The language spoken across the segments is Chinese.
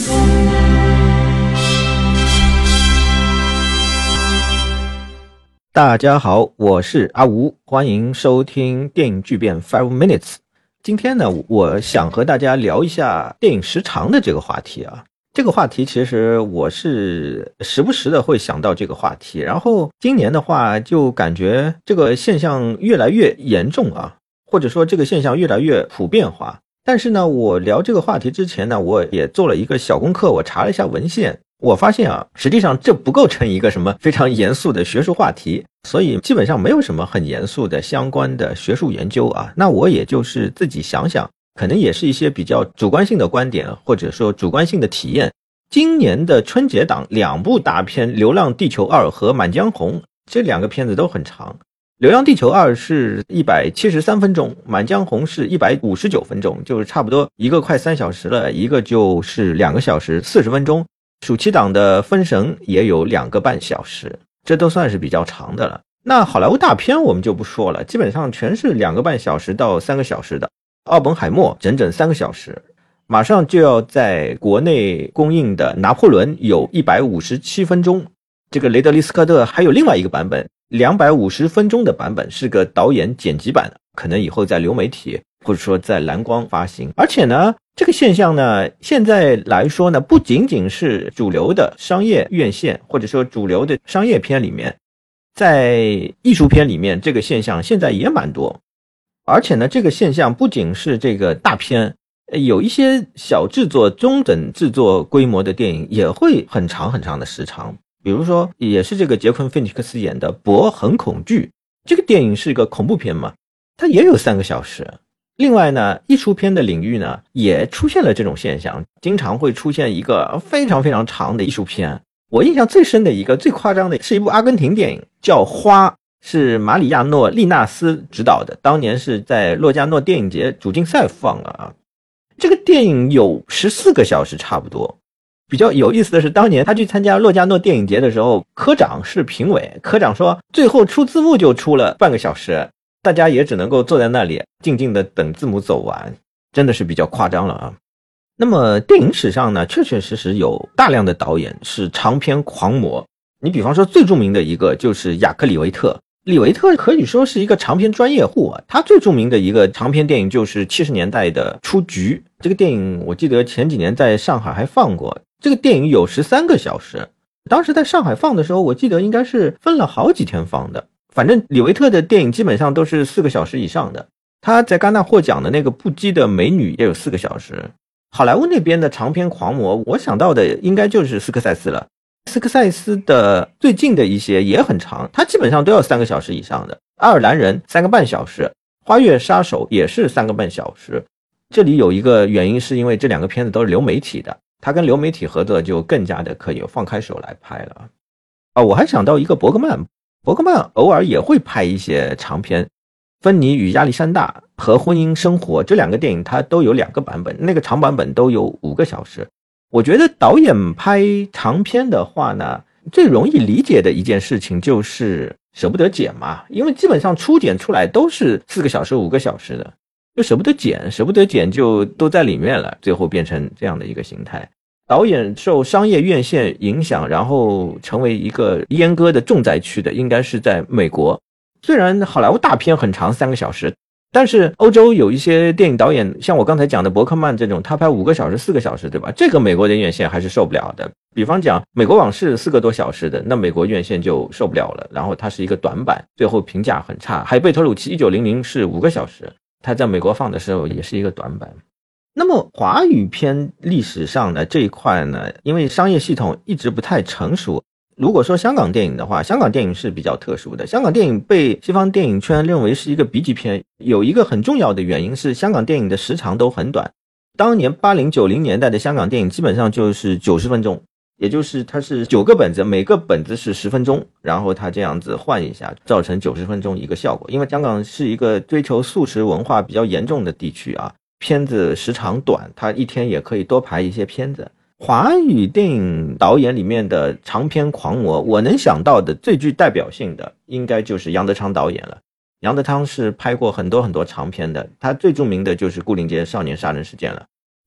大家好，我是阿吴，欢迎收听电影巨变 5 minutes。 今天呢，我想和大家聊一下电影时长的这个话题啊。这个话题其实我是时不时的会想到这个话题，然后今年的话就感觉这个现象越来越严重啊，或者说这个现象越来越普遍化。但是呢，我聊这个话题之前呢，我也做了一个小功课，我查了一下文献，我发现啊，实际上这不构成一个什么非常严肃的学术话题，所以基本上没有什么很严肃的相关的学术研究啊。那我也就是自己想想，可能也是一些比较主观性的观点，或者说主观性的体验。今年的春节档两部大片《流浪地球2》和《满江红》，这两个片子都很长。流浪地球2是173分钟，满江红是159分钟，就是差不多一个快3小时了，一个就是2个小时40分钟。暑期档的封神也有2个半小时，这都算是比较长的了。那好莱坞大片我们就不说了，基本上全是2个半小时到3个小时的。奥本海默整整3个小时，马上就要在国内公映的拿破仑有157分钟。这个雷德利·斯科特还有另外一个版本250分钟的版本，是个导演剪辑版，可能以后在流媒体或者说在蓝光发行。而且呢，这个现象呢，现在来说呢，不仅仅是主流的商业院线或者说主流的商业片里面，在艺术片里面这个现象现在也蛮多。而且呢，这个现象不仅是这个大片，有一些小制作中等制作规模的电影也会很长很长的时长。比如说也是这个杰昆·菲尼克斯演的《博很恐惧》，这个电影是一个恐怖片嘛，它也有3个小时。另外呢，艺术片的领域呢也出现了这种现象，经常会出现一个非常非常长的艺术片。我印象最深的一个最夸张的是一部阿根廷电影叫《花》，是马里亚诺·利纳斯执导的，当年是在洛迦诺电影节主竞赛放了啊。这个电影有14个小时差不多。比较有意思的是，当年他去参加洛迦诺电影节的时候，科长是评委，科长说最后出字幕就出了半个小时，大家也只能够坐在那里静静的等字幕走完，真的是比较夸张了啊。那么电影史上呢，确确实实有大量的导演是长篇狂魔。你比方说最著名的一个就是雅克·李维特，李维特可以说是一个长篇专业户啊。他最著名的一个长篇电影就是70年代的《出局》，这个电影我记得前几年在上海还放过。这个电影有13个小时，当时在上海放的时候，我记得应该是分了好几天放的。反正李维特的电影基本上都是4个小时以上的。他在戛纳获奖的那个不羁的美女也有4个小时。好莱坞那边的长篇狂魔，我想到的应该就是斯科塞斯了。斯科塞斯的最近的一些也很长，他基本上都要3个小时以上的。爱尔兰人3个半小时，花月杀手也是3个半小时。这里有一个原因是因为这2个片子都是流媒体的，他跟流媒体合作就更加的可以放开手来拍了啊。我还想到一个伯格曼偶尔也会拍一些长片，芬妮与亚历山大和婚姻生活这2个电影他都有2个版本，那个长版本都有5个小时。我觉得导演拍长片的话呢，最容易理解的一件事情就是舍不得剪嘛，因为基本上初剪出来都是4个小时5个小时的，就舍不得剪就都在里面了，最后变成这样的一个形态。导演受商业院线影响，然后成为一个阉割的重灾区的应该是在美国。虽然好莱坞大片很长3个小时，但是欧洲有一些电影导演，像我刚才讲的伯克曼这种，他拍5个小时4个小时，对吧？这个美国的院线还是受不了的。比方讲美国往事4个多小时的，那美国院线就受不了了，然后它是一个短版，最后评价很差。还有贝托鲁奇1900是5个小时，他在美国放的时候也是一个短版。那么华语片历史上呢，这一块呢，因为商业系统一直不太成熟。如果说香港电影的话，香港电影是比较特殊的，香港电影被西方电影圈认为是一个 B 级片，有一个很重要的原因是香港电影的时长都很短。当年80、90年代的香港电影基本上就是90分钟，也就是它是9个本子，每个本子是10分钟，然后它这样子换一下，造成90分钟一个效果。因为香港是一个追求速食文化比较严重的地区啊，片子时长短，它一天也可以多排一些片子。华语电影导演里面的长篇狂魔，我能想到的最具代表性的应该就是杨德昌导演了。杨德昌是拍过很多很多长片的，他最著名的就是牯岭街少年杀人事件了。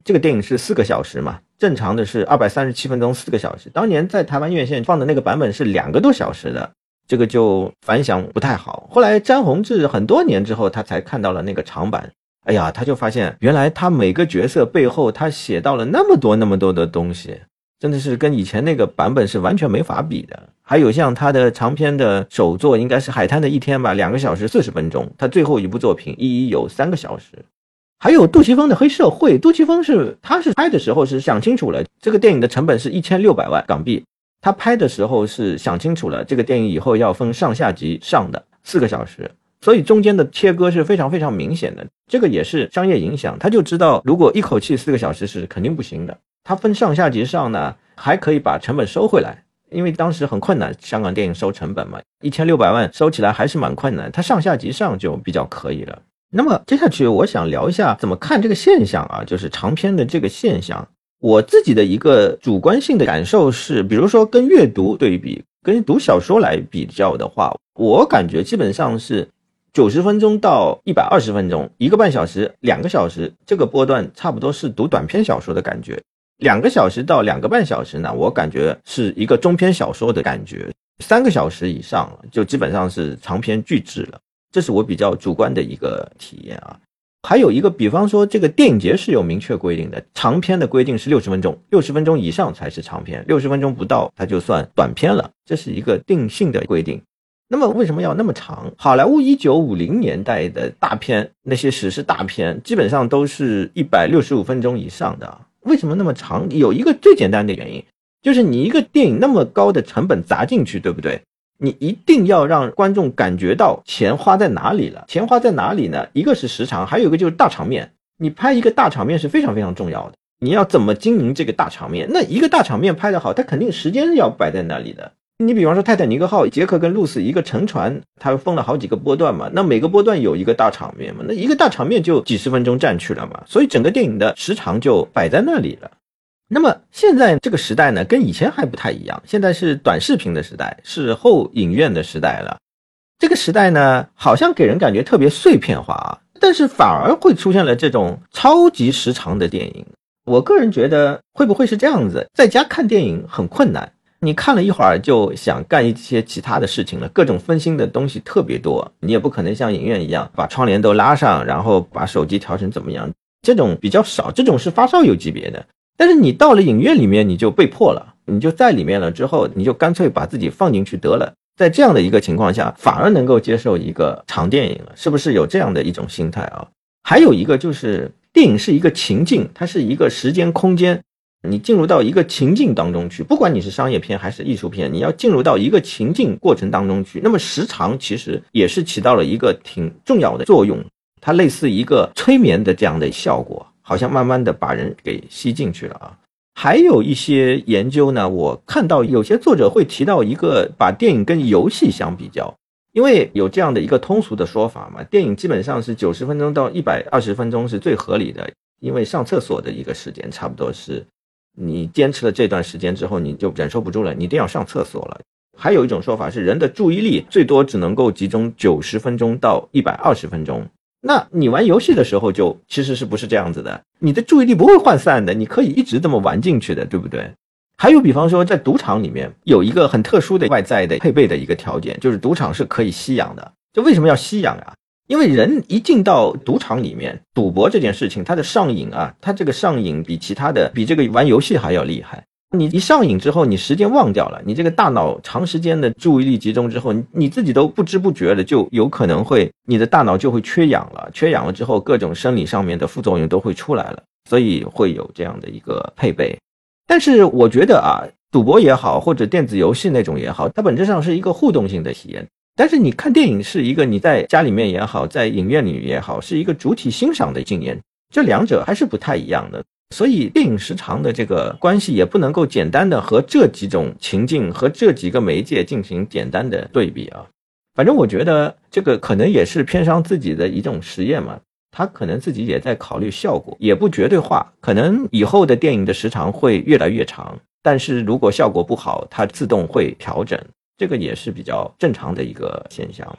这个电影是4个小时嘛，正常的是237分钟4个小时，当年在台湾院线放的那个版本是2个多小时的，这个就反响不太好。后来詹宏志很多年之后他才看到了那个长版，哎呀，他就发现原来他每个角色背后他写到了那么多的东西，真的是跟以前那个版本是完全没法比的。还有像他的长篇的首作应该是海滩的一天吧，2个小时40分钟，他最后一部作品一有3个小时。还有杜琪峰的黑社会，杜琪峰他是拍的时候是想清楚了，这个电影的成本是1600万港币，他拍的时候是想清楚了，这个电影以后要分上下集上的4个小时，所以中间的切割是非常非常明显的，这个也是商业影响，他就知道如果一口气4个小时是肯定不行的，他分上下集上呢还可以把成本收回来，因为当时很困难，香港电影收成本嘛，1600万收起来还是蛮困难，他上下集上就比较可以了。那么接下去我想聊一下怎么看这个现象啊，就是长篇的这个现象。我自己的一个主观性的感受是，比如说跟阅读对比，跟读小说来比较的话，我感觉基本上是90分钟到120分钟，1个半小时2个小时，这个波段差不多是读短篇小说的感觉。2个小时到2个半小时呢，我感觉是一个中篇小说的感觉。3个小时以上就基本上是长篇巨制了，这是我比较主观的一个体验啊。还有一个，比方说这个电影节是有明确规定的，长篇的规定是60分钟，60分钟以上才是长篇，60分钟不到它就算短篇了，这是一个定性的规定。那么为什么要那么长？好莱坞1950年代的大片，那些史诗大片基本上都是165分钟以上的，为什么那么长？有一个最简单的原因，就是你一个电影那么高的成本砸进去，对不对？你一定要让观众感觉到钱花在哪里了。钱花在哪里呢？一个是时长，还有一个就是大场面。你拍一个大场面是非常非常重要的，你要怎么经营这个大场面？那一个大场面拍得好，它肯定时间是要摆在那里的。你比方说泰坦尼克号，杰克跟露丝一个沉船，它分了好几个波段嘛，那每个波段有一个大场面嘛，那一个大场面就几十分钟占去了嘛，所以整个电影的时长就摆在那里了。那么现在这个时代呢，跟以前还不太一样，现在是短视频的时代，是后影院的时代了。这个时代呢，好像给人感觉特别碎片化啊，但是反而会出现了这种超级时长的电影。我个人觉得会不会是这样子，在家看电影很困难，你看了一会儿就想干一些其他的事情了，各种分心的东西特别多，你也不可能像影院一样把窗帘都拉上，然后把手机调成怎么样，这种比较少，这种是发烧友级别的。但是你到了影院里面，你就被迫了，你就在里面了之后，你就干脆把自己放进去得了。在这样的一个情况下，反而能够接受一个长电影了，是不是有这样的一种心态啊？还有一个就是电影是一个情境，它是一个时间空间，你进入到一个情境当中去，不管你是商业片还是艺术片，你要进入到一个情境过程当中去，那么时长其实也是起到了一个挺重要的作用，它类似一个催眠的这样的效果，好像慢慢的把人给吸进去了啊。还有一些研究呢，我看到有些作者会提到一个把电影跟游戏相比较，因为有这样的一个通俗的说法嘛，电影基本上是90分钟到120分钟是最合理的，因为上厕所的一个时间差不多是你坚持了这段时间之后你就忍受不住了，你一定要上厕所了。还有一种说法是人的注意力最多只能够集中90分钟到120分钟，那你玩游戏的时候就其实是不是这样子的，你的注意力不会涣散的，你可以一直这么玩进去的，对不对？还有比方说在赌场里面有一个很特殊的外在的配备的一个条件，就是赌场是可以吸氧的。就为什么要吸氧啊？因为人一进到赌场里面，赌博这件事情它的上瘾啊，它这个上瘾比这个玩游戏还要厉害。你一上瘾之后，你时间忘掉了，你这个大脑长时间的注意力集中之后，你自己都不知不觉的就有可能会，你的大脑就会缺氧了，缺氧了之后各种生理上面的副作用都会出来了，所以会有这样的一个配备。但是我觉得啊，赌博也好或者电子游戏那种也好，它本质上是一个互动性的体验，但是你看电影是一个你在家里面也好在影院里也好是一个主体欣赏的经验，这两者还是不太一样的。所以电影时长的这个关系也不能够简单的和这几种情境和这几个媒介进行简单的对比啊。反正我觉得这个可能也是片商自己的一种实验嘛，他可能自己也在考虑效果，也不绝对化，可能以后的电影的时长会越来越长，但是如果效果不好它自动会调整，这个也是比较正常的一个现象嘛。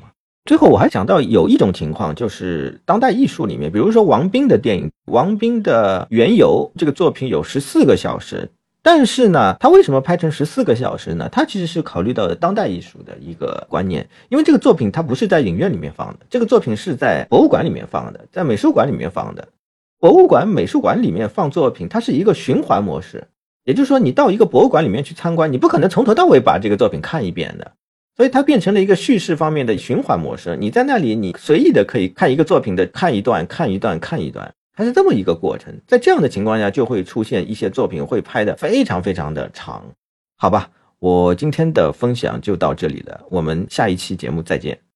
最后我还想到有一种情况，就是当代艺术里面，比如说王冰的电影，王冰的缘由这个作品有14个小时，但是呢，他为什么拍成14个小时呢？他其实是考虑到了当代艺术的一个观念，因为这个作品它不是在影院里面放的，这个作品是在博物馆里面放的，在美术馆里面放的。博物馆、美术馆里面放作品，它是一个循环模式，也就是说，你到一个博物馆里面去参观，你不可能从头到尾把这个作品看一遍的。所以它变成了一个叙事方面的循环模式，你在那里你随意的可以看一个作品的看一段看一段看一段，它是这么一个过程。在这样的情况下，就会出现一些作品会拍得非常非常的长。好吧，我今天的分享就到这里了，我们下一期节目再见。